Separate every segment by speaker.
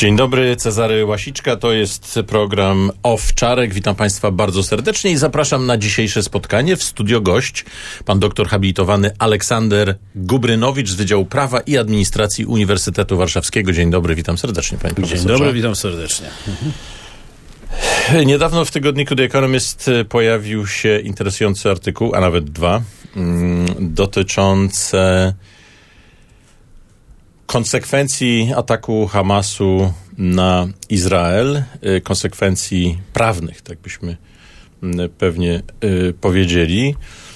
Speaker 1: Dzień dobry, Cezary Łasiczka, to jest program Owczarek. Witam Państwa bardzo serdecznie i zapraszam na dzisiejsze spotkanie. W studio gość pan doktor habilitowany Aleksander Gubrynowicz z Wydziału Prawa i Administracji Uniwersytetu Warszawskiego. Dzień dobry, witam serdecznie, panie profesorze.
Speaker 2: Dzień dobry, witam serdecznie.
Speaker 1: Niedawno w tygodniku The Economist pojawił się interesujący artykuł, a nawet dwa, dotyczące konsekwencji ataku Hamasu na Izrael, konsekwencji prawnych, tak byśmy pewnie powiedzieli.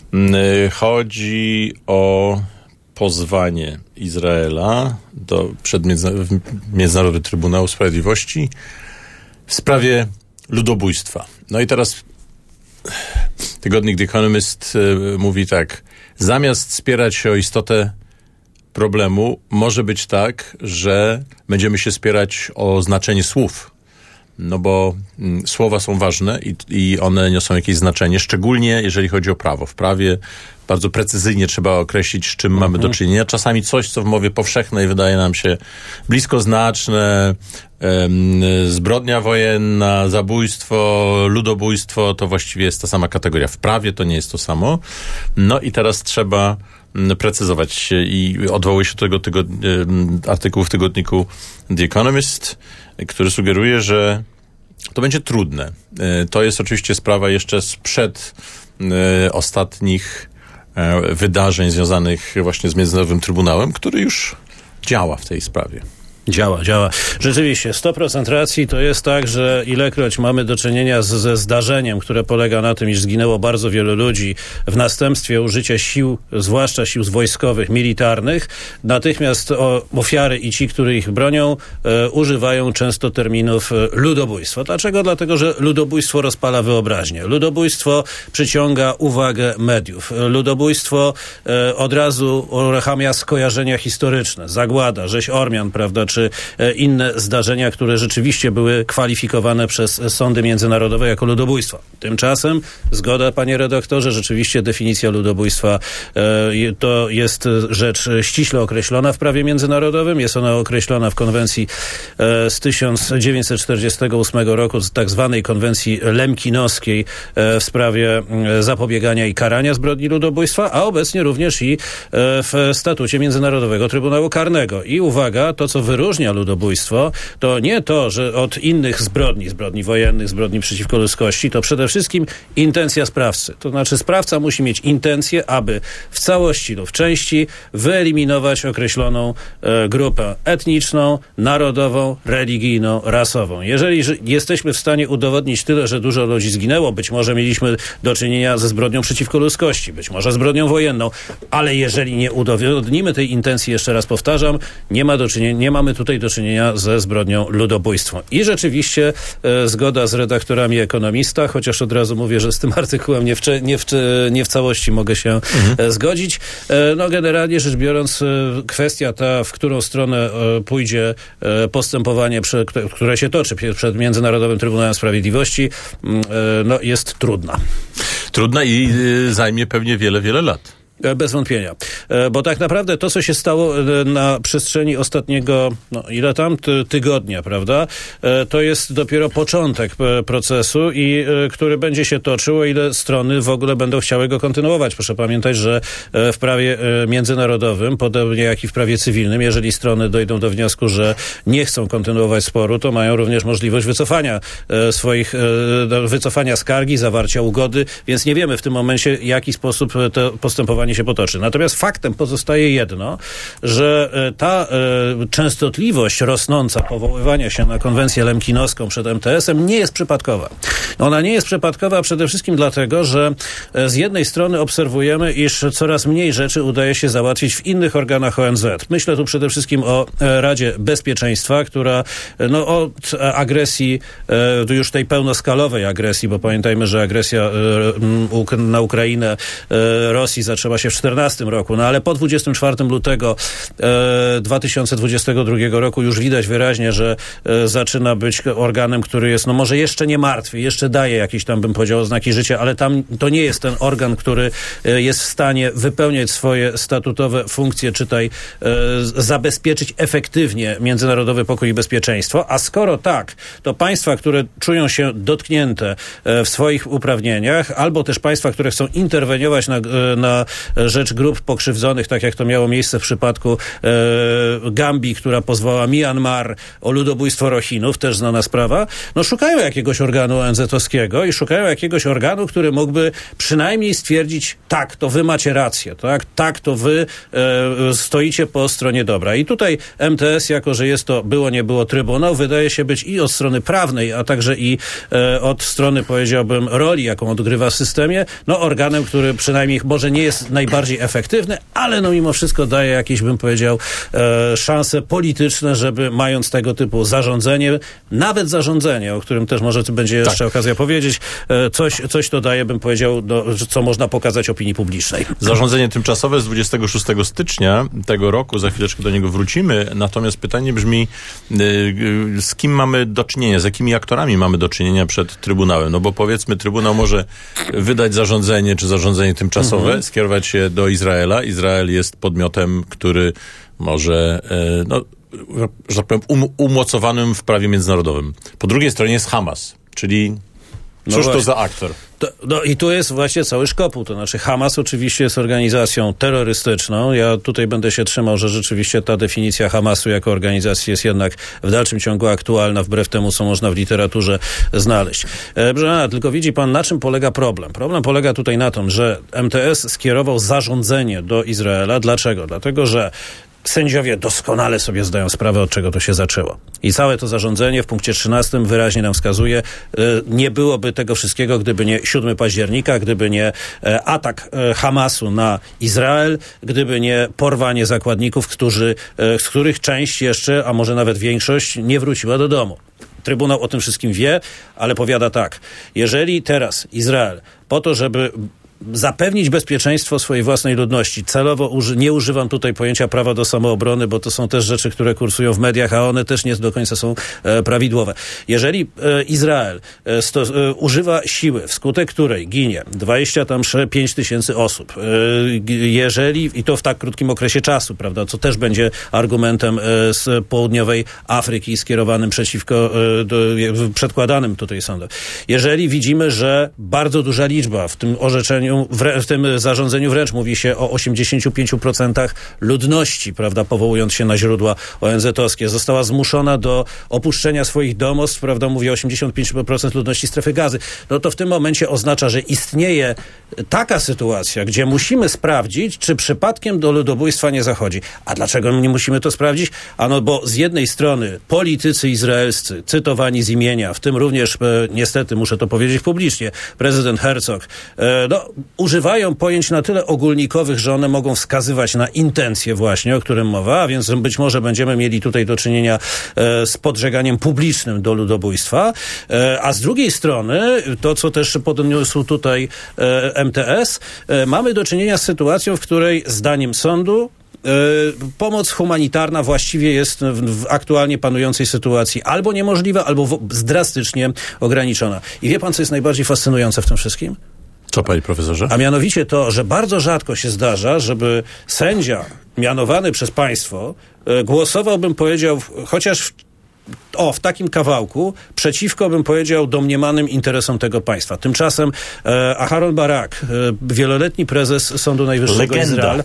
Speaker 1: Chodzi o pozwanie Izraela przed Międzynarodowy Trybunał Sprawiedliwości w sprawie ludobójstwa. No i teraz tygodnik The Economist mówi tak: zamiast spierać się o istotę problemu, może być tak, że będziemy się spierać o znaczenie słów. No bo słowa są ważne i one niosą jakieś znaczenie, szczególnie jeżeli chodzi o prawo. W prawie bardzo precyzyjnie trzeba określić, z czym mamy do czynienia. Czasami coś, co w mowie powszechnej wydaje nam się bliskoznaczne, zbrodnia wojenna, zabójstwo, ludobójstwo, to właściwie jest ta sama kategoria. W prawie to nie jest to samo. No i teraz trzeba precyzować się i odwołuje się do tego artykułu w tygodniku The Economist, który sugeruje, że to będzie trudne. To jest oczywiście sprawa jeszcze sprzed ostatnich wydarzeń związanych właśnie z Międzynarodowym Trybunałem, który już działa w tej sprawie.
Speaker 2: Działa. Rzeczywiście, 100% racji. To jest tak, że ilekroć mamy do czynienia ze zdarzeniem, które polega na tym, iż zginęło bardzo wielu ludzi w następstwie użycia sił, zwłaszcza sił wojskowych, militarnych, natychmiast ofiary i ci, którzy ich bronią, używają często terminów ludobójstwo. Dlaczego? Dlatego, że ludobójstwo rozpala wyobraźnię. Ludobójstwo przyciąga uwagę mediów. Ludobójstwo od razu uruchamia skojarzenia historyczne. Zagłada, rzeź Ormian, prawda, czy inne zdarzenia, które rzeczywiście były kwalifikowane przez sądy międzynarodowe jako ludobójstwo. Tymczasem, zgoda, panie redaktorze, rzeczywiście definicja ludobójstwa to jest rzecz ściśle określona w prawie międzynarodowym. Jest ona określona w konwencji z 1948 roku, tak zwanej konwencji lemkinowskiej w sprawie zapobiegania i karania zbrodni ludobójstwa, a obecnie również i w statucie Międzynarodowego Trybunału Karnego. I uwaga, to co wyróżnia ludobójstwo, to nie to, że od innych zbrodni wojennych, zbrodni przeciwko ludzkości, to przede wszystkim intencja sprawcy. To znaczy sprawca musi mieć intencję, aby w całości lub w części wyeliminować określoną grupę etniczną, narodową, religijną, rasową. Jeżeli jesteśmy w stanie udowodnić tyle, że dużo ludzi zginęło, być może mieliśmy do czynienia ze zbrodnią przeciwko ludzkości, być może zbrodnią wojenną, ale jeżeli nie udowodnimy tej intencji, jeszcze raz powtarzam, nie mamy tutaj do czynienia ze zbrodnią ludobójstwa. I rzeczywiście zgoda z redaktorami Ekonomista, chociaż od razu mówię, że z tym artykułem nie w całości mogę się zgodzić. No generalnie rzecz biorąc, kwestia ta, w którą stronę pójdzie postępowanie, które się toczy przed Międzynarodowym Trybunałem Sprawiedliwości, no jest trudna.
Speaker 1: Trudna i zajmie pewnie wiele, wiele lat.
Speaker 2: Bez wątpienia. Bo tak naprawdę to, co się stało na przestrzeni ostatniego, tygodnia, prawda, to jest dopiero początek procesu, i który będzie się toczył, o ile strony w ogóle będą chciały go kontynuować. Proszę pamiętać, że w prawie międzynarodowym, podobnie jak i w prawie cywilnym, jeżeli strony dojdą do wniosku, że nie chcą kontynuować sporu, to mają również możliwość wycofania skargi, zawarcia ugody, więc nie wiemy w tym momencie, w jaki sposób to postępowanie się potoczy. Natomiast faktem pozostaje jedno, że ta częstotliwość rosnąca powoływania się na konwencję lemkinowską przed MTS-em nie jest przypadkowa. Ona nie jest przypadkowa przede wszystkim dlatego, że z jednej strony obserwujemy, iż coraz mniej rzeczy udaje się załatwić w innych organach ONZ. Myślę tu przede wszystkim o Radzie Bezpieczeństwa, która od agresji, już tej pełnoskalowej agresji, bo pamiętajmy, że agresja na Ukrainę Rosji zaczęła właśnie w 2014 roku, no ale po 24 lutego 2022 roku już widać wyraźnie, że zaczyna być organem, który jest, no może jeszcze nie martwy, jeszcze daje jakieś tam, bym powiedział, oznaki życia, ale tam to nie jest ten organ, który jest w stanie wypełniać swoje statutowe funkcje, czytaj zabezpieczyć efektywnie międzynarodowy pokój i bezpieczeństwo, a skoro tak, to państwa, które czują się dotknięte w swoich uprawnieniach, albo też państwa, które chcą interweniować na rzecz grup pokrzywdzonych, tak jak to miało miejsce w przypadku Gambii, która pozwała Myanmar o ludobójstwo Rohinów, też znana sprawa, no szukają jakiegoś organu ONZ-owskiego i szukają jakiegoś organu, który mógłby przynajmniej stwierdzić, tak, to wy macie rację, tak, to wy stoicie po stronie dobra. I tutaj MTS, jako że jest to nie było Trybunał, wydaje się być i od strony prawnej, a także i od strony, powiedziałbym, roli, jaką odgrywa w systemie, no organem, który przynajmniej może nie jest najbardziej efektywny, ale no mimo wszystko daje jakieś, bym powiedział, szanse polityczne, żeby mając tego typu zarządzenie, nawet zarządzenie, o którym też może będzie jeszcze okazja powiedzieć, coś to daje, bym powiedział, co można pokazać opinii publicznej.
Speaker 1: Zarządzenie tymczasowe z 26 stycznia tego roku, za chwileczkę do niego wrócimy, natomiast pytanie brzmi, z kim mamy do czynienia, z jakimi aktorami mamy do czynienia przed Trybunałem? No bo powiedzmy, Trybunał może wydać zarządzenie, czy zarządzenie tymczasowe, skierować się do Izraela. Izrael jest podmiotem, który może, że tak powiem, umocowanym w prawie międzynarodowym. Po drugiej stronie jest Hamas, czyli cóż to za aktor?
Speaker 2: I tu jest właśnie cały szkopuł. To znaczy Hamas oczywiście jest organizacją terrorystyczną. Ja tutaj będę się trzymał, że rzeczywiście ta definicja Hamasu jako organizacji jest jednak w dalszym ciągu aktualna, wbrew temu, co można w literaturze znaleźć. Tylko widzi pan, na czym polega problem? Problem polega tutaj na tym, że MTS skierował zarządzenie do Izraela. Dlaczego? Dlatego, że sędziowie doskonale sobie zdają sprawę, od czego to się zaczęło. I całe to zarządzenie w punkcie 13 wyraźnie nam wskazuje, nie byłoby tego wszystkiego, gdyby nie 7 października, gdyby nie atak Hamasu na Izrael, gdyby nie porwanie zakładników, z których część jeszcze, a może nawet większość, nie wróciła do domu. Trybunał o tym wszystkim wie, ale powiada tak. Jeżeli teraz Izrael po to, żeby zapewnić bezpieczeństwo swojej własnej ludności. Celowo nie używam tutaj pojęcia prawa do samoobrony, bo to są też rzeczy, które kursują w mediach, a one też nie do końca są prawidłowe. Jeżeli Izrael używa siły, wskutek której ginie 25 tysięcy osób, i to w tak krótkim okresie czasu, prawda, co też będzie argumentem z południowej Afryki skierowanym przedkładanym tutaj sądem. Jeżeli widzimy, że bardzo duża liczba w tym orzeczeniu, w tym zarządzeniu wręcz mówi się o 85% ludności, prawda, powołując się na źródła ONZ-owskie, została zmuszona do opuszczenia swoich domostw, prawda, mówię 85% ludności strefy Gazy, no to w tym momencie oznacza, że istnieje taka sytuacja, gdzie musimy sprawdzić, czy przypadkiem do ludobójstwa nie zachodzi. A dlaczego nie musimy to sprawdzić? Ano, bo z jednej strony politycy izraelscy, cytowani z imienia, w tym również, niestety muszę to powiedzieć publicznie, prezydent Herzog, używają pojęć na tyle ogólnikowych, że one mogą wskazywać na intencje właśnie, o którym mowa, a więc być może będziemy mieli tutaj do czynienia z podżeganiem publicznym do ludobójstwa, a z drugiej strony, to co też podniósł tutaj MTS, mamy do czynienia z sytuacją, w której zdaniem sądu pomoc humanitarna właściwie jest w aktualnie panującej sytuacji albo niemożliwa, albo drastycznie ograniczona. I wie pan, co jest najbardziej fascynujące w tym wszystkim?
Speaker 1: Co, panie profesorze?
Speaker 2: A mianowicie to, że bardzo rzadko się zdarza, żeby sędzia mianowany przez państwo głosował, bym powiedział, chociaż w takim kawałku przeciwko, bym powiedział, domniemanym interesom tego państwa. Tymczasem Aharon Barak, wieloletni prezes Sądu Najwyższego Izrael,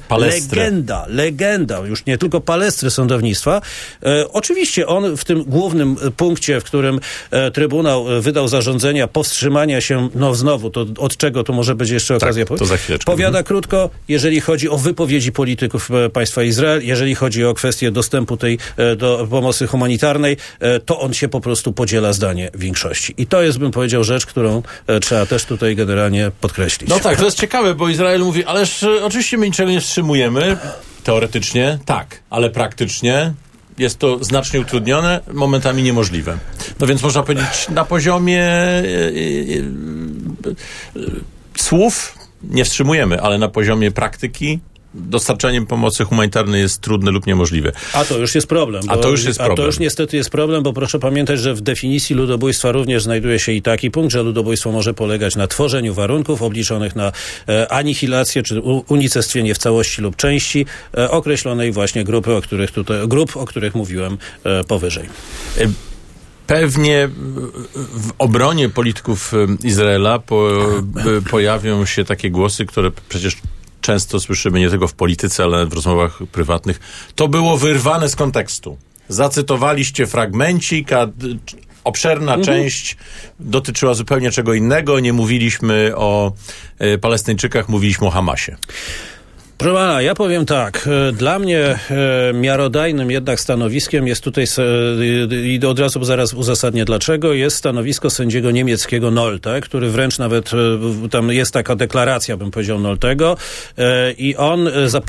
Speaker 2: legenda, już nie tylko palestry sądownictwa. Oczywiście on w tym głównym punkcie, w którym Trybunał wydał zarządzenia powstrzymania się, znowu, to od czego to może będzie jeszcze okazja powiedzieć. Powiada krótko, jeżeli chodzi o wypowiedzi polityków państwa Izrael, jeżeli chodzi o kwestię dostępu do pomocy humanitarnej, to on się po prostu podziela zdanie większości. I to jest, bym powiedział, rzecz, którą trzeba też tutaj generalnie podkreślić.
Speaker 1: No tak, to jest ciekawe, bo Izrael mówi, ależ oczywiście my niczego nie wstrzymujemy. Teoretycznie tak, ale praktycznie jest to znacznie utrudnione, momentami niemożliwe. No więc można powiedzieć, na poziomie słów nie wstrzymujemy, ale na poziomie praktyki dostarczaniem pomocy humanitarnej jest trudne lub niemożliwe.
Speaker 2: A to już jest problem.
Speaker 1: A to już
Speaker 2: niestety jest problem, bo proszę pamiętać, że w definicji ludobójstwa również znajduje się i taki punkt, że ludobójstwo może polegać na tworzeniu warunków obliczonych na anihilację czy unicestwienie w całości lub części określonej właśnie grup, o których mówiłem powyżej.
Speaker 1: Pewnie w obronie polityków Izraela pojawią się takie głosy, które przecież często słyszymy nie tylko w polityce, ale w rozmowach prywatnych. To było wyrwane z kontekstu. Zacytowaliście fragmencik, a obszerna część dotyczyła zupełnie czego innego. Nie mówiliśmy o Palestyńczykach, mówiliśmy o Hamasie.
Speaker 2: Proszę pana, ja powiem tak, dla mnie miarodajnym jednak stanowiskiem jest tutaj, i od razu zaraz uzasadnię dlaczego, jest stanowisko sędziego niemieckiego Nolte, który wręcz nawet, tam jest taka deklaracja, bym powiedział, Noltego, i on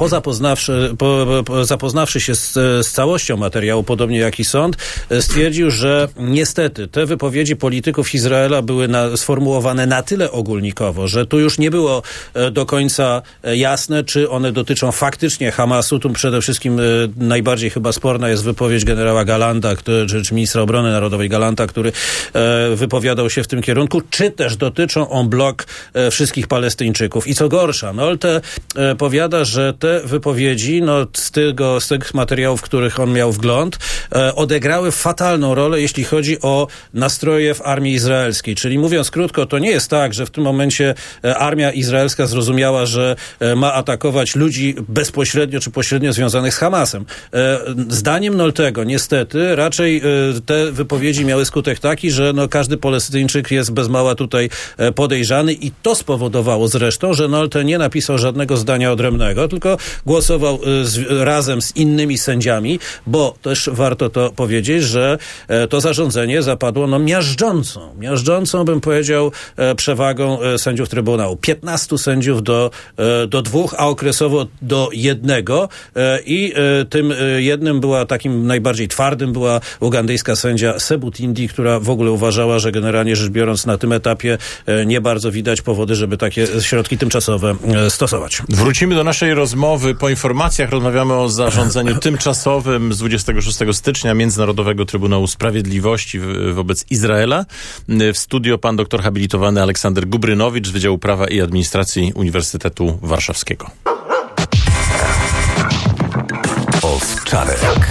Speaker 2: zapoznawszy się z całością materiału, podobnie jak i sąd, stwierdził, że niestety te wypowiedzi polityków Izraela były sformułowane na tyle ogólnikowo, że tu już nie było do końca jasne, czy one dotyczą faktycznie Hamasu. Tu przede wszystkim najbardziej chyba sporna jest wypowiedź generała Galanta, czy ministra obrony narodowej Galanta, który wypowiadał się w tym kierunku, czy też dotyczą en bloc wszystkich Palestyńczyków. I co gorsza, Nolte powiada, że te wypowiedzi, z tych materiałów, w których on miał wgląd, odegrały fatalną rolę, jeśli chodzi o nastroje w armii izraelskiej. Czyli mówiąc krótko, to nie jest tak, że w tym momencie armia izraelska zrozumiała, że ma atakować ludzi bezpośrednio czy pośrednio związanych z Hamasem. Zdaniem Noltego niestety raczej te wypowiedzi miały skutek taki, że każdy Palestyńczyk jest bez mała tutaj podejrzany i to spowodowało zresztą, że Nolte nie napisał żadnego zdania odrębnego, tylko głosował razem z innymi sędziami, bo też warto to powiedzieć, że to zarządzenie zapadło miażdżącą bym powiedział przewagą sędziów Trybunału. 15 sędziów do 2, a okresowo do 1 i tym jednym takim najbardziej twardym była ugandyjska sędzia Sebutindi, która w ogóle uważała, że generalnie rzecz biorąc na tym etapie nie bardzo widać powody, żeby takie środki tymcsowe stosować.
Speaker 1: Wrócimy do naszej rozmowy. Po informacjach rozmawiamy o zarządzeniu tymczasowym z 26 stycznia Międzynarodowego Trybunału Sprawiedliwości wobec Izraela. W studio pan doktor habilitowany Aleksander Gubrynowicz z Wydziału Prawa i Administracji Uniwersytetu Warszawskiego.
Speaker 3: Owczarek.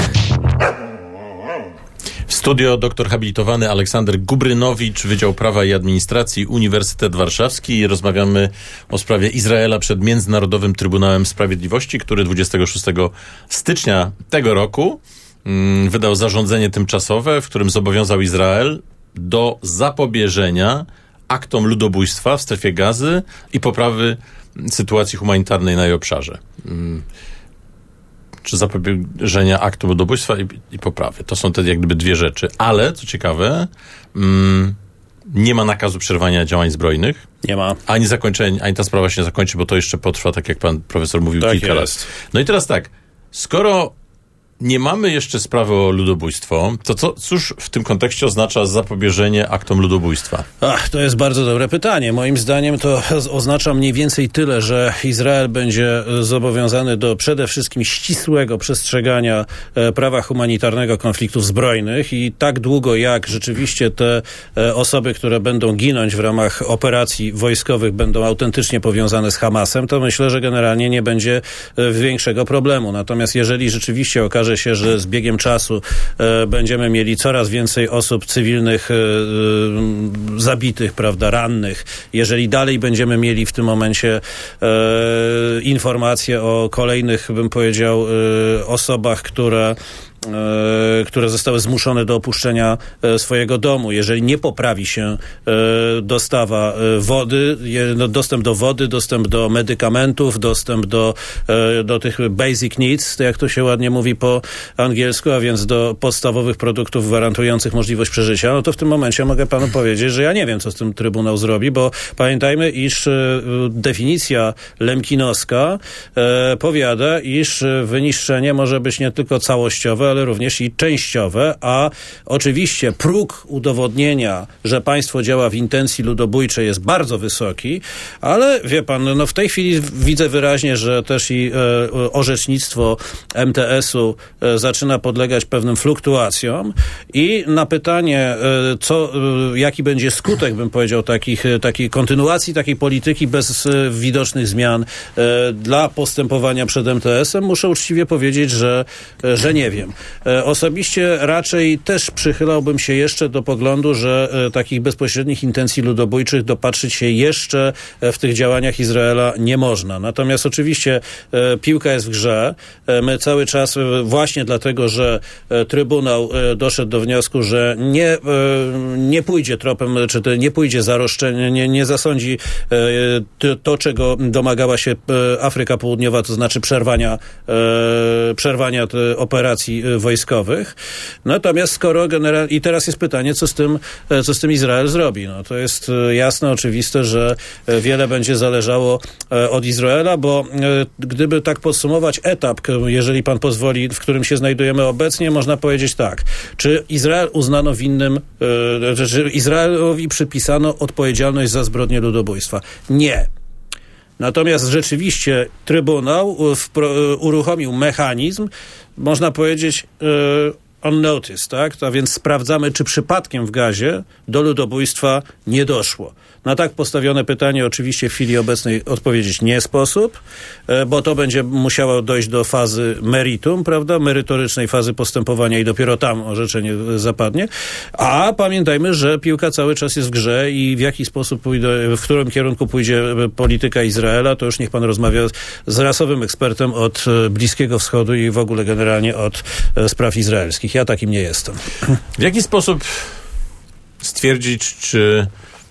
Speaker 1: W studio doktor habilitowany Aleksander Gubrynowicz, Wydział Prawa i Administracji, Uniwersytet Warszawski. Rozmawiamy o sprawie Izraela przed Międzynarodowym Trybunałem Sprawiedliwości, który 26 stycznia tego roku wydał zarządzenie tymczasowe, w którym zobowiązał Izrael do zapobieżenia aktom ludobójstwa w strefie Gazy i poprawy sytuacji humanitarnej na jej obszarze. Czy zapobieżenia aktu ludobójstwa i poprawy. To są te jak gdyby dwie rzeczy. Ale, co ciekawe, nie ma nakazu przerwania działań zbrojnych.
Speaker 2: Nie ma.
Speaker 1: Ani ta sprawa się nie zakończy, bo to jeszcze potrwa, tak jak pan profesor mówił,
Speaker 2: tak
Speaker 1: kilka lat. No i teraz tak, skoro nie mamy jeszcze sprawy o ludobójstwo, to cóż w tym kontekście oznacza zapobieżenie aktom ludobójstwa?
Speaker 2: To jest bardzo dobre pytanie. Moim zdaniem to oznacza mniej więcej tyle, że Izrael będzie zobowiązany do przede wszystkim ścisłego przestrzegania prawa humanitarnego konfliktów zbrojnych i tak długo jak rzeczywiście te osoby, które będą ginąć w ramach operacji wojskowych będą autentycznie powiązane z Hamasem, to myślę, że generalnie nie będzie większego problemu. Natomiast jeżeli rzeczywiście okaże się, że z biegiem czasu będziemy mieli coraz więcej osób cywilnych zabitych, prawda, rannych. Jeżeli dalej będziemy mieli w tym momencie informacje o kolejnych, bym powiedział, osobach, które zostały zmuszone do opuszczenia swojego domu. Jeżeli nie poprawi się dostawa wody, dostęp do wody, dostęp do medykamentów, dostęp do tych basic needs, jak to się ładnie mówi po angielsku, a więc do podstawowych produktów gwarantujących możliwość przeżycia, no to w tym momencie mogę panu powiedzieć, że ja nie wiem, co z tym Trybunał zrobi, bo pamiętajmy, iż definicja lemkinowska powiada, iż wyniszczenie może być nie tylko całościowe, ale również i częściowe, a oczywiście próg udowodnienia, że państwo działa w intencji ludobójczej jest bardzo wysoki, ale wie pan, no w tej chwili widzę wyraźnie, że też i orzecznictwo MTS-u zaczyna podlegać pewnym fluktuacjom i na pytanie, jaki będzie skutek, bym powiedział, takiej kontynuacji takiej polityki bez widocznych zmian dla postępowania przed MTS-em, muszę uczciwie powiedzieć, że nie wiem. Osobiście raczej też przychylałbym się jeszcze do poglądu, że takich bezpośrednich intencji ludobójczych dopatrzyć się jeszcze w tych działaniach Izraela nie można. Natomiast oczywiście piłka jest w grze. My cały czas właśnie dlatego, że Trybunał doszedł do wniosku, że nie pójdzie tropem, czy nie pójdzie za roszczenie, nie zasądzi to, czego domagała się Afryka Południowa, to znaczy przerwania operacji wojskowych. Natomiast i teraz jest pytanie, co z tym Izrael zrobi. No, to jest jasne, oczywiste, że wiele będzie zależało od Izraela, bo gdyby tak podsumować etap, jeżeli pan pozwoli, w którym się znajdujemy obecnie, można powiedzieć tak. Czy Izrael uznano winnym, czy Izraelowi przypisano odpowiedzialność za zbrodnię ludobójstwa? Nie. Natomiast rzeczywiście Trybunał uruchomił mechanizm, można powiedzieć, on notice, tak? A więc sprawdzamy, czy przypadkiem w Gazie do ludobójstwa nie doszło. Na tak postawione pytanie oczywiście w chwili obecnej odpowiedzieć nie sposób, bo to będzie musiało dojść do fazy meritum, prawda? Merytorycznej fazy postępowania i dopiero tam orzeczenie zapadnie. A pamiętajmy, że piłka cały czas jest w grze i w jaki sposób w którym kierunku pójdzie polityka Izraela, to już niech pan rozmawia z rasowym ekspertem od Bliskiego Wschodu i w ogóle generalnie od spraw izraelskich. Ja takim nie jestem.
Speaker 1: W jaki sposób stwierdzić, czy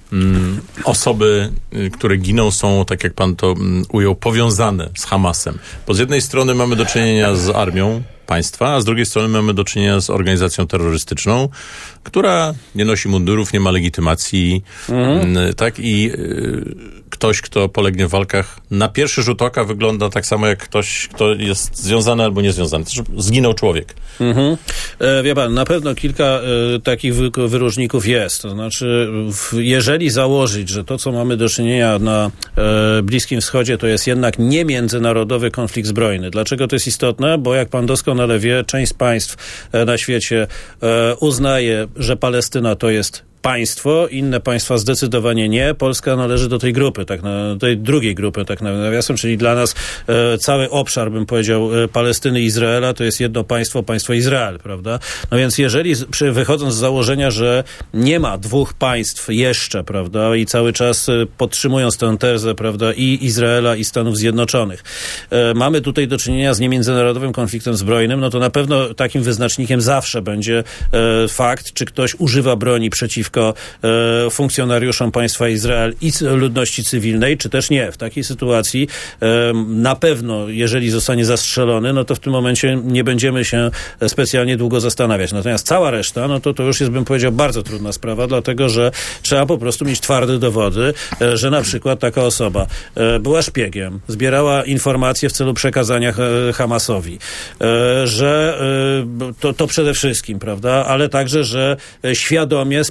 Speaker 1: osoby, które giną, są, tak jak pan to ujął, powiązane z Hamasem? Bo z jednej strony mamy do czynienia z armią państwa, a z drugiej strony mamy do czynienia z organizacją terrorystyczną, która nie nosi mundurów, nie ma legitymacji, tak? I ktoś, kto polegnie w walkach, na pierwszy rzut oka wygląda tak samo jak ktoś, kto jest związany albo niezwiązany. To zginął człowiek.
Speaker 2: Wie pan, na pewno kilka takich wyróżników jest. To znaczy, jeżeli założyć, że to, co mamy do czynienia na Bliskim Wschodzie, to jest jednak nie międzynarodowy konflikt zbrojny. Dlaczego to jest istotne? Bo jak pan doskonale wie, część z państw na świecie uznaje, że Palestyna to jest państwo, inne państwa zdecydowanie nie. Polska należy do tej grupy, tej drugiej grupy, tak nawiasem, czyli dla nas cały obszar, bym powiedział, Palestyny i Izraela to jest jedno państwo, państwo Izrael, prawda? No więc jeżeli, wychodząc z założenia, że nie ma dwóch państw jeszcze, prawda, i cały czas podtrzymując tę tezę, prawda, i Izraela, i Stanów Zjednoczonych, mamy tutaj do czynienia z niemiędzynarodowym konfliktem zbrojnym, no to na pewno takim wyznacznikiem zawsze będzie fakt, czy ktoś używa broni przeciwko funkcjonariuszom państwa Izrael i ludności cywilnej, czy też nie. W takiej sytuacji na pewno, jeżeli zostanie zastrzelony, no to w tym momencie nie będziemy się specjalnie długo zastanawiać. Natomiast cała reszta, no to już jest, bym powiedział, bardzo trudna sprawa, dlatego, że trzeba po prostu mieć twarde dowody, że na przykład taka osoba była szpiegiem, zbierała informacje w celu przekazania Hamasowi, że to przede wszystkim, prawda, ale także, że świadomie,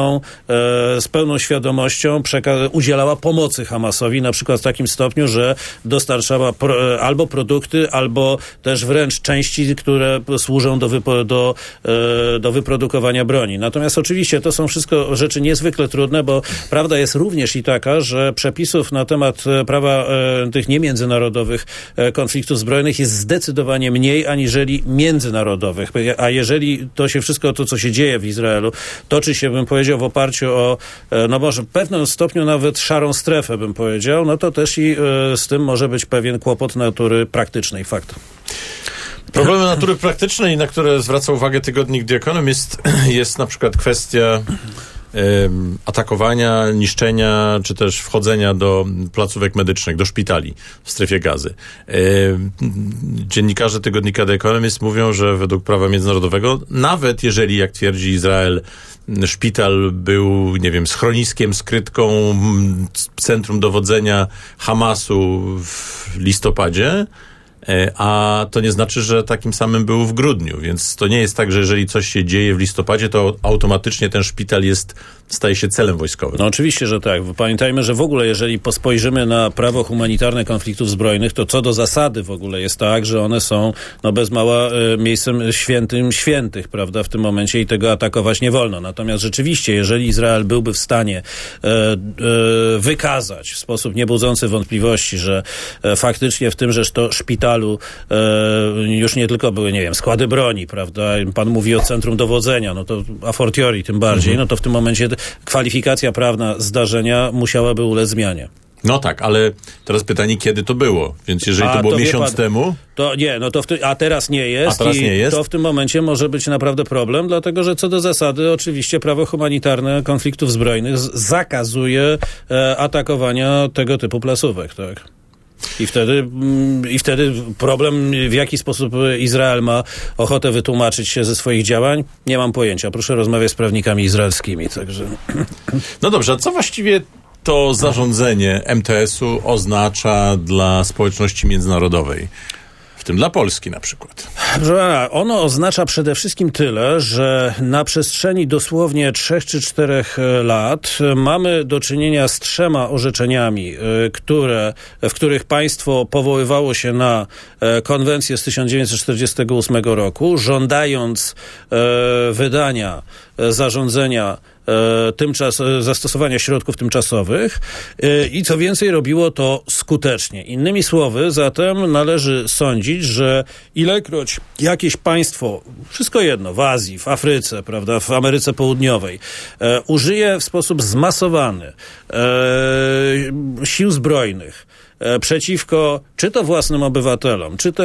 Speaker 2: z pełną świadomością udzielała pomocy Hamasowi, na przykład w takim stopniu, że dostarczała albo produkty, albo też wręcz części, które służą do wyprodukowania broni. Natomiast oczywiście to są wszystko rzeczy niezwykle trudne, bo prawda jest również i taka, że przepisów na temat prawa tych niemiędzynarodowych konfliktów zbrojnych jest zdecydowanie mniej aniżeli międzynarodowych. A jeżeli to się wszystko, to co się dzieje w Izraelu, toczy się, bym powiedział, w oparciu o, no może w pewnym stopniu nawet szarą strefę, bym powiedział, no to też i z tym może być pewien kłopot natury praktycznej, fakt.
Speaker 1: Problemy natury praktycznej, na które zwraca uwagę tygodnik The Economist, jest na przykład kwestia atakowania, niszczenia, czy też wchodzenia do placówek medycznych, do szpitali w strefie Gazy. Dziennikarze tygodnika The Economist mówią, że według prawa międzynarodowego, nawet jeżeli, jak twierdzi Izrael, szpital był, nie wiem, schroniskiem, skrytką, centrum dowodzenia Hamasu w listopadzie, a to nie znaczy, że takim samym był w grudniu, więc to nie jest tak, że jeżeli coś się dzieje w listopadzie, to automatycznie ten szpital staje się celem wojskowym.
Speaker 2: No oczywiście, że tak. Pamiętajmy, że w ogóle jeżeli spojrzymy na prawo humanitarne konfliktów zbrojnych, to co do zasady w ogóle jest tak, że one są bez mała miejscem świętych, prawda, w tym momencie i tego atakować nie wolno. Natomiast rzeczywiście, jeżeli Izrael byłby w stanie wykazać w sposób niebudzący wątpliwości, że faktycznie w tymże to szpitalu już nie tylko były, nie wiem, składy broni, prawda, pan mówi o centrum dowodzenia, no to a fortiori tym bardziej, no to w tym momencie kwalifikacja prawna zdarzenia musiałaby ulec zmianie.
Speaker 1: No tak, ale teraz pytanie, kiedy to było? Więc jeżeli to było miesiąc temu...
Speaker 2: To nie, no to a teraz nie jest. To w tym momencie może być naprawdę problem, dlatego że co do zasady oczywiście prawo humanitarne konfliktów zbrojnych zakazuje atakowania tego typu placówek, tak? I wtedy problem, w jaki sposób Izrael ma ochotę wytłumaczyć się ze swoich działań, nie mam pojęcia. Proszę rozmawiać z prawnikami izraelskimi. Także.
Speaker 1: No dobrze, a co właściwie to zarządzenie MTS-u oznacza dla społeczności międzynarodowej? W tym dla Polski na przykład.
Speaker 2: Ono oznacza przede wszystkim tyle, że na przestrzeni dosłownie 3 czy 4 lat mamy do czynienia z 3 orzeczeniami, w których państwo powoływało się na konwencję z 1948 roku, żądając wydania zarządzenia zastosowania środków tymczasowych i co więcej robiło to skutecznie. Innymi słowy, zatem należy sądzić, że ilekroć jakieś państwo, wszystko jedno, w Azji, w Afryce, prawda, w Ameryce Południowej, użyje w sposób zmasowany sił zbrojnych przeciwko czy to własnym obywatelom, czy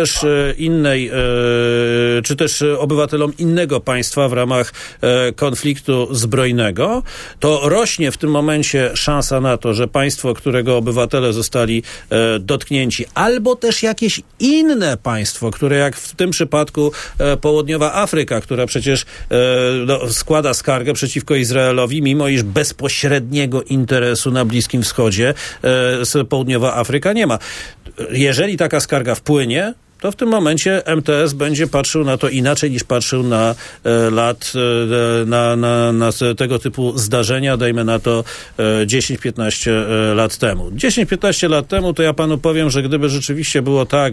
Speaker 2: też obywatelom innego państwa w ramach konfliktu zbrojnego, to rośnie w tym momencie szansa na to, że państwo, którego obywatele zostali dotknięci, albo też jakieś inne państwo, które jak w tym przypadku Południowa Afryka, która przecież składa skargę przeciwko Izraelowi, mimo iż bezpośredniego interesu na Bliskim Wschodzie Południowa Afryka nie ma. Jeżeli taka skarga wpłynie, to w tym momencie MTS będzie patrzył na to inaczej niż patrzył na tego typu zdarzenia, dajmy na to 10-15 lat temu. 10-15 lat temu to ja panu powiem, że gdyby rzeczywiście było tak,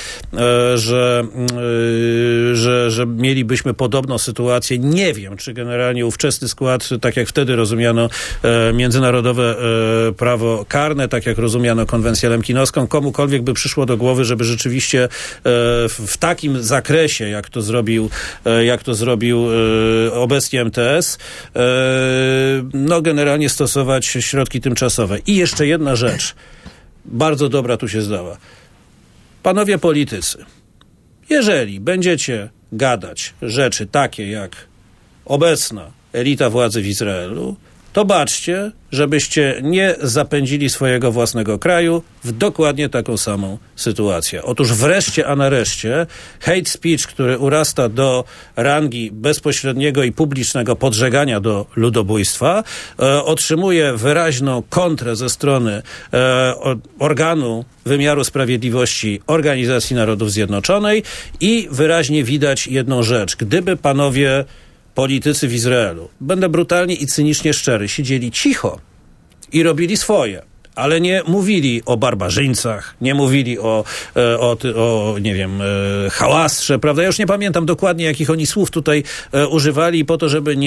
Speaker 2: że mielibyśmy podobną sytuację, nie wiem, czy generalnie ówczesny skład, tak jak wtedy rozumiano międzynarodowe prawo karne, tak jak rozumiano konwencję lemkinowską, komukolwiek by przyszło do głowy, żeby rzeczywiście w takim zakresie, jak to zrobił obecnie MTS, no generalnie stosować środki tymczasowe. I jeszcze jedna rzecz, bardzo dobra tu się zdała. Panowie politycy, jeżeli będziecie gadać rzeczy takie jak obecna elita władzy w Izraelu, to baczcie, żebyście nie zapędzili swojego własnego kraju w dokładnie taką samą sytuację. Otóż wreszcie, a nareszcie, hate speech, który urasta do rangi bezpośredniego i publicznego podżegania do ludobójstwa, otrzymuje wyraźną kontrę ze strony organu wymiaru sprawiedliwości Organizacji Narodów Zjednoczonych i wyraźnie widać jedną rzecz. Gdyby panowie politycy w Izraelu, będę brutalnie i cynicznie szczery, siedzieli cicho i robili swoje, ale nie mówili o barbarzyńcach, nie mówili o nie wiem, hałastrze, prawda? Ja już nie pamiętam dokładnie, jakich oni słów tutaj używali po to, żeby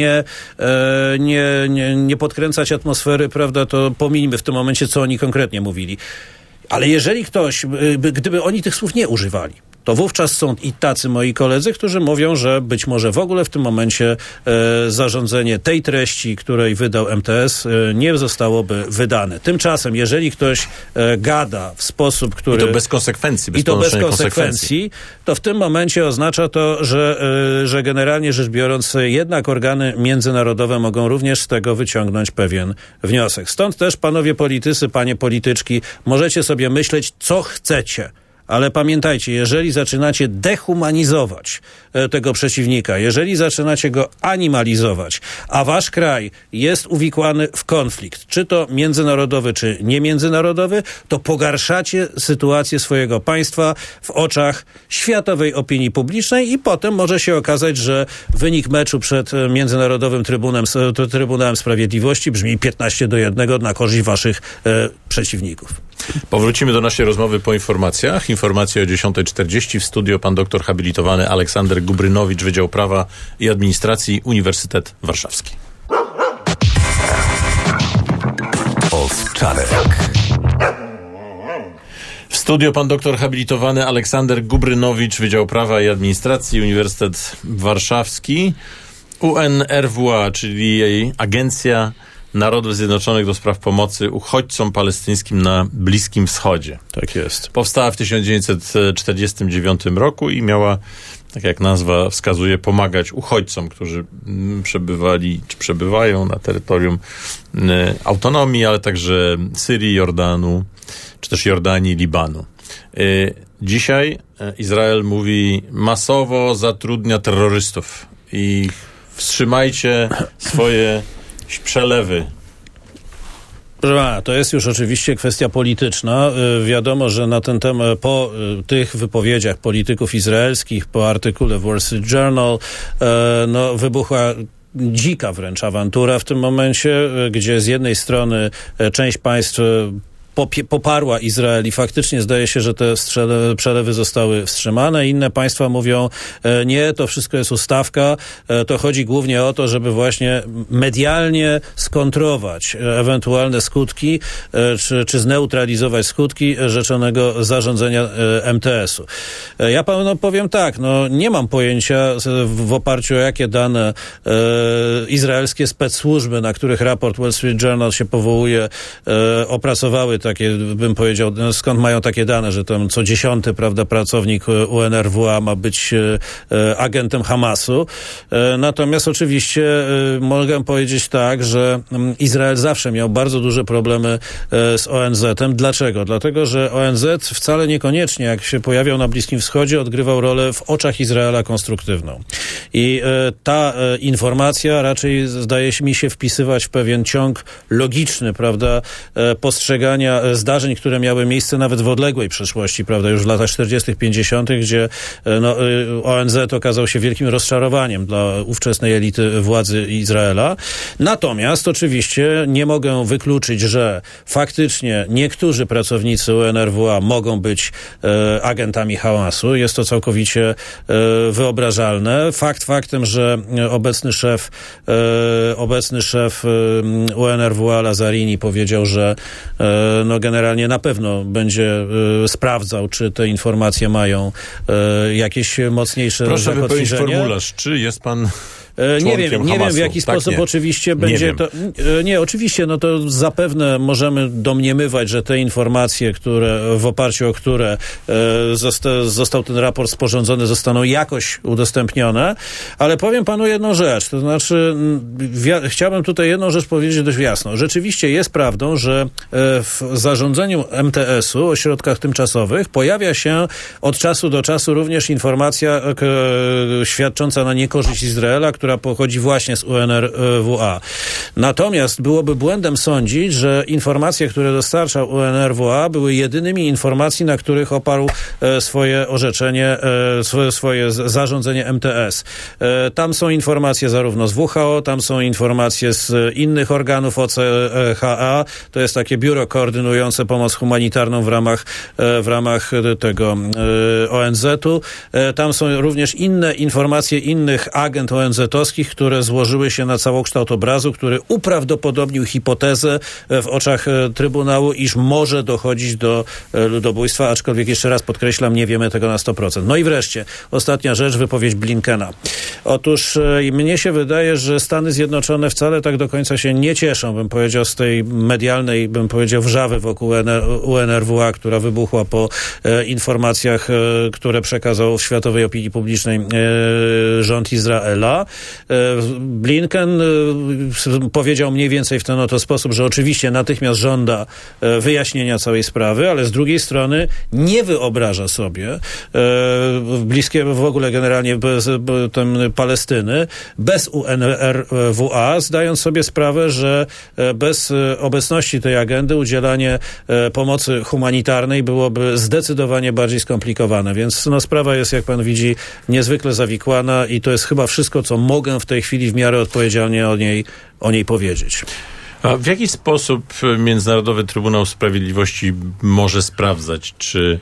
Speaker 2: nie podkręcać atmosfery, prawda? To pomińmy w tym momencie, co oni konkretnie mówili. Ale jeżeli gdyby oni tych słów nie używali, to wówczas są i tacy moi koledzy, którzy mówią, że być może w ogóle w tym momencie zarządzenie tej treści, której wydał MTS, nie zostałoby wydane. Tymczasem, jeżeli ktoś gada w sposób, który...
Speaker 1: I to bez konsekwencji, bez ponoszenia konsekwencji,
Speaker 2: to w tym momencie oznacza to, że generalnie rzecz biorąc, jednak organy międzynarodowe mogą również z tego wyciągnąć pewien wniosek. Stąd też, panowie politycy, panie polityczki, możecie sobie myśleć, co chcecie, ale pamiętajcie, jeżeli zaczynacie dehumanizować tego przeciwnika, jeżeli zaczynacie go animalizować, a wasz kraj jest uwikłany w konflikt, czy to międzynarodowy, czy niemiędzynarodowy, to pogarszacie sytuację swojego państwa w oczach światowej opinii publicznej i potem może się okazać, że wynik meczu przed Międzynarodowym Trybunałem Sprawiedliwości brzmi 15-1 na korzyść waszych przeciwników.
Speaker 1: Powrócimy do naszej rozmowy po informacjach. Informacje o 10:40. W studio pan doktor habilitowany Aleksander Gubrynowicz, Wydział Prawa i Administracji, Uniwersytet Warszawski.
Speaker 3: Owczarek.
Speaker 1: W studio pan doktor habilitowany Aleksander Gubrynowicz, Wydział Prawa i Administracji, Uniwersytet Warszawski. UNRWA, czyli jej Agencja Narodów Zjednoczonych do spraw pomocy uchodźcom palestyńskim na Bliskim Wschodzie.
Speaker 2: Tak jest.
Speaker 1: Powstała w 1949 roku i miała, tak jak nazwa wskazuje, pomagać uchodźcom, którzy przebywali czy przebywają na terytorium autonomii, ale także Syrii, Jordanu, czy też Jordanii, Libanu. Dzisiaj Izrael mówi, masowo zatrudnia terrorystów i wstrzymajcie swoje przelewy.
Speaker 2: Proszę pana, to jest już oczywiście kwestia polityczna. Wiadomo, że na ten temat, po tych wypowiedziach polityków izraelskich, po artykule w Wall Street Journal, wybuchła dzika wręcz awantura w tym momencie, gdzie z jednej strony część państw poparła Izrael i faktycznie zdaje się, że te przelewy zostały wstrzymane. Inne państwa mówią, nie, to wszystko jest ustawka. To chodzi głównie o to, żeby właśnie medialnie skontrować ewentualne skutki, czy zneutralizować skutki rzeczonego zarządzenia MTS-u. Ja panu powiem tak, nie mam pojęcia w oparciu o jakie dane izraelskie specsłużby, na których raport Wall Street Journal się powołuje, opracowały takie, bym powiedział, skąd mają takie dane, że tam co 10, prawda, pracownik UNRWA ma być agentem Hamasu. Natomiast oczywiście mogę powiedzieć tak, że Izrael zawsze miał bardzo duże problemy z ONZ-em. Dlaczego? Dlatego, że ONZ wcale niekoniecznie, jak się pojawiał na Bliskim Wschodzie, odgrywał rolę w oczach Izraela konstruktywną. I ta informacja raczej zdaje mi się wpisywać w pewien ciąg logiczny, prawda, postrzegania zdarzeń, które miały miejsce nawet w odległej przeszłości, prawda, już w latach 40., 50., gdzie ONZ okazał się wielkim rozczarowaniem dla ówczesnej elity władzy Izraela. Natomiast oczywiście nie mogę wykluczyć, że faktycznie niektórzy pracownicy UNRWA mogą być agentami Hamasu. Jest to całkowicie wyobrażalne. Fakt faktem, że obecny szef UNRWA Lazzarini powiedział, że generalnie na pewno będzie sprawdzał, czy te informacje mają jakieś mocniejsze
Speaker 1: Proszę wypełnić
Speaker 2: zakotwiczenie.
Speaker 1: formularz. Czy jest pan
Speaker 2: Nie wiem w jaki sposób
Speaker 1: nie.
Speaker 2: oczywiście będzie to. Nie, oczywiście, to zapewne możemy domniemywać, że te informacje, w oparciu o które został ten raport sporządzony, zostaną jakoś udostępnione, ale powiem panu jedną rzecz, to znaczy chciałbym tutaj jedną rzecz powiedzieć dość jasno. Rzeczywiście jest prawdą, że w zarządzeniu MTS-u, ośrodkach tymczasowych, pojawia się od czasu do czasu również informacja świadcząca na niekorzyść Izraela, która pochodzi właśnie z UNRWA. Natomiast byłoby błędem sądzić, że informacje, które dostarczał UNRWA, były jedynymi informacjami, na których oparł swoje orzeczenie, swoje zarządzenie MTS. Tam są informacje zarówno z WHO, tam są informacje z innych organów OCHA, to jest takie biuro koordynujące pomoc humanitarną w ramach tego ONZ-u. Tam są również inne informacje innych agent ONZ-owskich, które złożyły się na całokształt obrazu, który uprawdopodobnił hipotezę w oczach Trybunału, iż może dochodzić do ludobójstwa, aczkolwiek jeszcze raz podkreślam, nie wiemy tego na 100%. No i wreszcie, ostatnia rzecz, wypowiedź Blinkena. Otóż mnie się wydaje, że Stany Zjednoczone wcale tak do końca się nie cieszą, bym powiedział, z tej medialnej, wrzawy wokół UNRWA, która wybuchła po informacjach, które przekazał w światowej opinii publicznej rząd Izraela. Blinken powiedział mniej więcej w ten oto sposób, że oczywiście natychmiast żąda wyjaśnienia całej sprawy, ale z drugiej strony nie wyobraża sobie bliskiego w ogóle generalnie Palestyny bez UNRWA, zdając sobie sprawę, że bez obecności tej agendy udzielanie pomocy humanitarnej byłoby zdecydowanie bardziej skomplikowane. Więc sprawa jest, jak pan widzi, niezwykle zawikłana i to jest chyba wszystko, co mogę w tej chwili w miarę odpowiedzialnie o niej powiedzieć.
Speaker 1: A w jaki sposób Międzynarodowy Trybunał Sprawiedliwości może sprawdzać, czy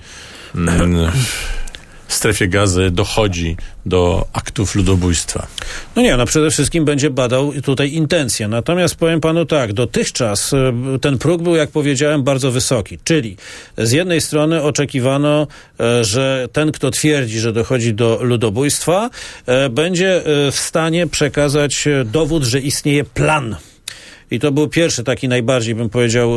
Speaker 1: w strefie Gazy dochodzi do aktów ludobójstwa?
Speaker 2: Przede wszystkim będzie badał tutaj intencje. Natomiast powiem panu tak, dotychczas ten próg był, jak powiedziałem, bardzo wysoki. Czyli z jednej strony oczekiwano, że ten, kto twierdzi, że dochodzi do ludobójstwa, będzie w stanie przekazać dowód, że istnieje plan. I to był pierwszy taki najbardziej, bym powiedział,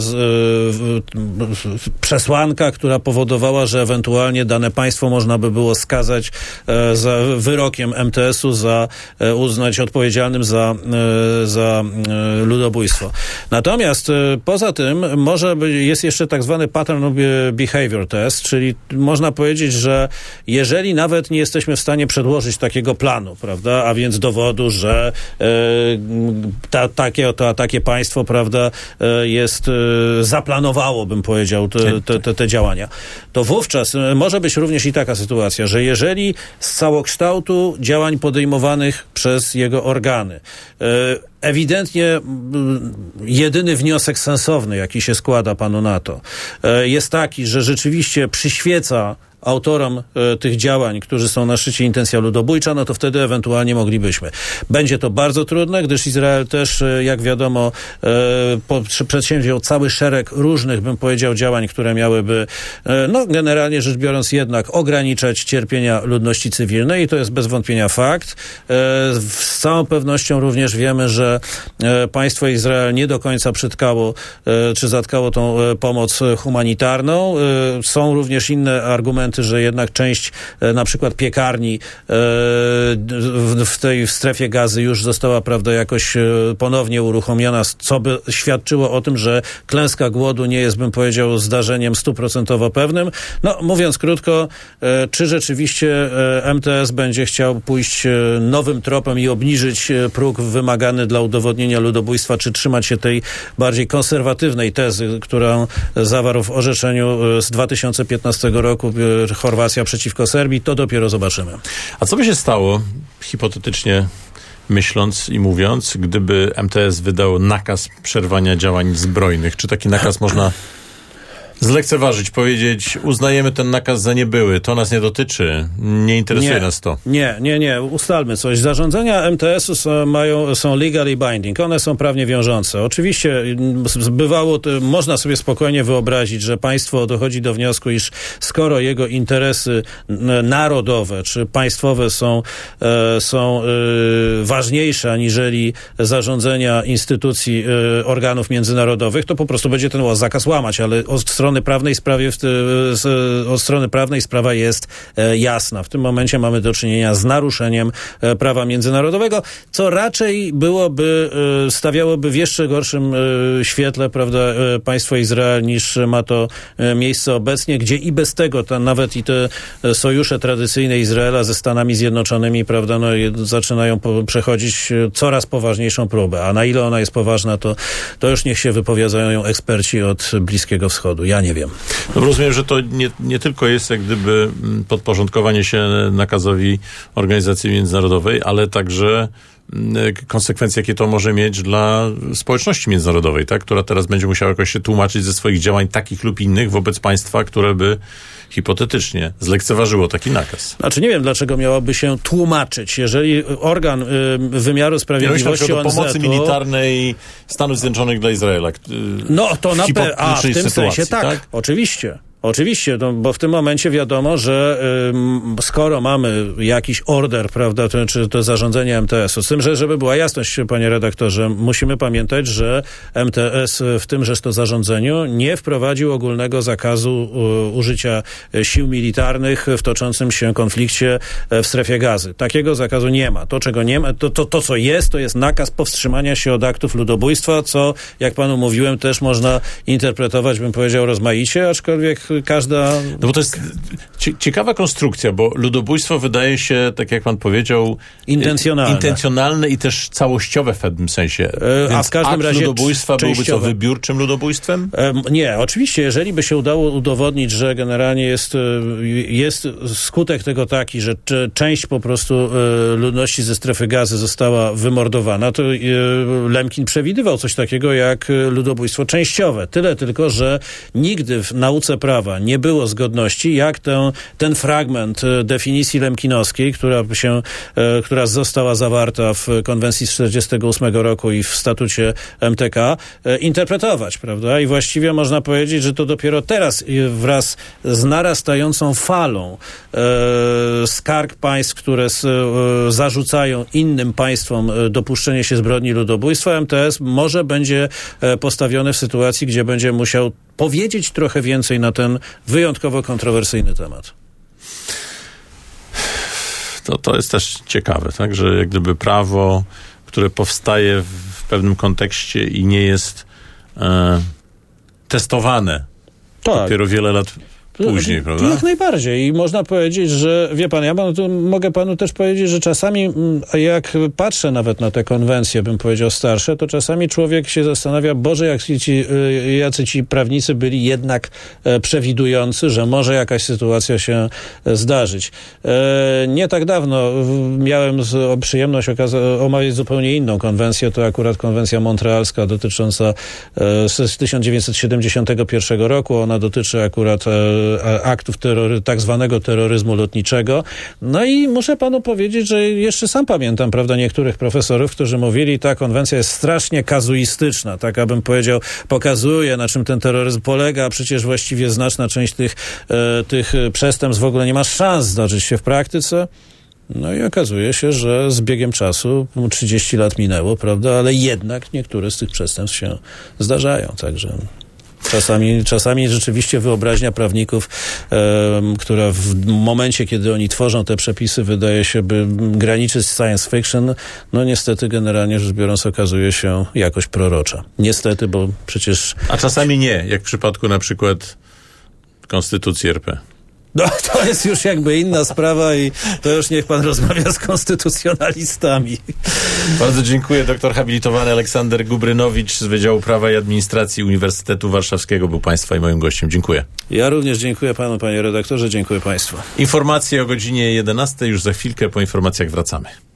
Speaker 2: przesłanka, która powodowała, że ewentualnie dane państwo można by było skazać za wyrokiem MTS-u, uznać odpowiedzialnym za ludobójstwo. Natomiast poza tym jest jeszcze tak zwany pattern behavior test, czyli można powiedzieć, że jeżeli nawet nie jesteśmy w stanie przedłożyć takiego planu, prawda, a więc dowodu, że takie państwo, prawda, zaplanowało, bym powiedział, te działania. To wówczas może być również i taka sytuacja, że jeżeli z całokształtu działań podejmowanych przez jego organy ewidentnie jedyny wniosek sensowny, jaki się składa panu na to, jest taki, że rzeczywiście przyświeca autorom tych działań, którzy są na szczycie intencja ludobójcza, no to wtedy ewentualnie moglibyśmy. Będzie to bardzo trudne, gdyż Izrael też, jak wiadomo, przedsięwziął cały szereg różnych, bym powiedział, działań, które miałyby, generalnie rzecz biorąc, jednak ograniczać cierpienia ludności cywilnej i to jest bez wątpienia fakt. Z całą pewnością również wiemy, że państwo Izrael nie do końca przytkało, czy zatkało tą pomoc humanitarną. Są również inne argumenty, że jednak część na przykład piekarni w strefie Gazy już została, prawda, jakoś ponownie uruchomiona, co by świadczyło o tym, że klęska głodu nie jest, bym powiedział, zdarzeniem 100% pewnym. Mówiąc krótko, czy rzeczywiście MTS będzie chciał pójść nowym tropem i obniżyć próg wymagany dla udowodnienia ludobójstwa, czy trzymać się tej bardziej konserwatywnej tezy, którą zawarł w orzeczeniu z 2015 roku Chorwacja przeciwko Serbii, to dopiero zobaczymy.
Speaker 1: A co by się stało, hipotetycznie myśląc i mówiąc, gdyby MTS wydał nakaz przerwania działań zbrojnych? Czy taki nakaz można zlekceważyć, powiedzieć, uznajemy ten nakaz za niebyły, to nas nie dotyczy, nie interesuje nas to?
Speaker 2: Nie, ustalmy coś. Zarządzenia MTS-u są legally binding, one są prawnie wiążące. Oczywiście można sobie spokojnie wyobrazić, że państwo dochodzi do wniosku, iż skoro jego interesy narodowe czy państwowe są ważniejsze aniżeli zarządzenia instytucji, organów międzynarodowych, to po prostu będzie ten zakaz łamać, ale od strony prawnej sprawa jest jasna. W tym momencie mamy do czynienia z naruszeniem prawa międzynarodowego, co raczej stawiałoby w jeszcze gorszym świetle, prawda, państwo Izrael, niż ma to miejsce obecnie, gdzie i bez tego nawet i te sojusze tradycyjne Izraela ze Stanami Zjednoczonymi, prawda, zaczynają przechodzić coraz poważniejszą próbę. A na ile ona jest poważna, to już niech się wypowiadają eksperci od Bliskiego Wschodu. Ja nie wiem.
Speaker 1: Rozumiem, że to nie tylko jest jak gdyby podporządkowanie się nakazowi organizacji międzynarodowej, ale także konsekwencje, jakie to może mieć dla społeczności międzynarodowej, tak? Która teraz będzie musiała jakoś się tłumaczyć ze swoich działań takich lub innych wobec państwa, które by hipotetycznie zlekceważyło taki nakaz.
Speaker 2: Nie wiem, dlaczego miałoby się tłumaczyć. Jeżeli organ wymiaru sprawiedliwości
Speaker 1: ONZ-u... pomocy militarnej Stanów Zjednoczonych dla Izraela.
Speaker 2: To w tym sensie tak. Oczywiście. Oczywiście, no, bo w tym momencie wiadomo, że skoro mamy jakiś order, prawda, czy to zarządzenie MTS-u, z tym, że żeby była jasność, panie redaktorze, musimy pamiętać, że MTS w tymżeż to zarządzeniu nie wprowadził ogólnego zakazu użycia sił militarnych w toczącym się konflikcie w strefie Gazy. Takiego zakazu nie ma. To, czego nie ma, to co jest, to jest nakaz powstrzymania się od aktów ludobójstwa, co, jak panu mówiłem, też można interpretować, bym powiedział, rozmaicie, aczkolwiek każda...
Speaker 1: No bo to jest ciekawa konstrukcja, bo ludobójstwo wydaje się, tak jak pan powiedział... Intencjonalne i też całościowe w pewnym sensie.
Speaker 2: A w każdym razie
Speaker 1: ludobójstwa byłby co, wybiórczym ludobójstwem?
Speaker 2: Nie, oczywiście, jeżeli by się udało udowodnić, że generalnie jest skutek tego taki, że część po prostu ludności ze strefy Gazy została wymordowana, to Lemkin przewidywał coś takiego jak ludobójstwo częściowe. Tyle tylko, że nigdy w nauce prawa nie było zgodności, jak ten fragment definicji lemkinowskiej, która została zawarta w konwencji z 1948 roku i w statucie MTK, interpretować, prawda? I właściwie można powiedzieć, że to dopiero teraz wraz z narastającą falą skarg państw, które zarzucają innym państwom dopuszczenie się zbrodni ludobójstwa, MTS może będzie postawiony w sytuacji, gdzie będzie musiał powiedzieć trochę więcej na ten wyjątkowo kontrowersyjny temat.
Speaker 1: To jest też ciekawe, tak, że jak gdyby prawo, które powstaje w pewnym kontekście i nie jest testowane dopiero wiele lat później, prawda?
Speaker 2: Jak najbardziej. I można powiedzieć, że wie pan, mogę panu też powiedzieć, że czasami jak patrzę nawet na te konwencje, bym powiedział starsze, to czasami człowiek się zastanawia, Boże, jacy ci prawnicy byli jednak przewidujący, że może jakaś sytuacja się zdarzyć. Nie tak dawno miałem przyjemność omawiać zupełnie inną konwencję, to akurat konwencja montrealska dotycząca z 1971 roku. Ona dotyczy akurat aktów tak zwanego terroryzmu lotniczego. No i muszę panu powiedzieć, że jeszcze sam pamiętam, prawda, niektórych profesorów, którzy mówili, ta konwencja jest strasznie kazuistyczna, tak abym powiedział, pokazuje, na czym ten terroryzm polega, a przecież właściwie znaczna część tych przestępstw w ogóle nie ma szans zdarzyć się w praktyce. No i okazuje się, że z biegiem czasu 30 lat minęło, prawda, ale jednak niektóre z tych przestępstw się zdarzają, także... Czasami rzeczywiście wyobraźnia prawników, która w momencie, kiedy oni tworzą te przepisy, wydaje się, by graniczyć z science fiction, no niestety generalnie rzecz biorąc okazuje się jakoś prorocza. Niestety, bo przecież...
Speaker 1: A czasami nie, jak w przypadku na przykład Konstytucji RP.
Speaker 2: No, to jest już jakby inna sprawa i to już niech pan rozmawia z konstytucjonalistami.
Speaker 1: Bardzo dziękuję. Doktor habilitowany Aleksander Gubrynowicz z Wydziału Prawa i Administracji Uniwersytetu Warszawskiego był państwa i moim gościem. Dziękuję.
Speaker 2: Ja również dziękuję panu, panie redaktorze. Dziękuję państwu.
Speaker 1: Informacje o godzinie 11. Już za chwilkę. Po informacjach wracamy.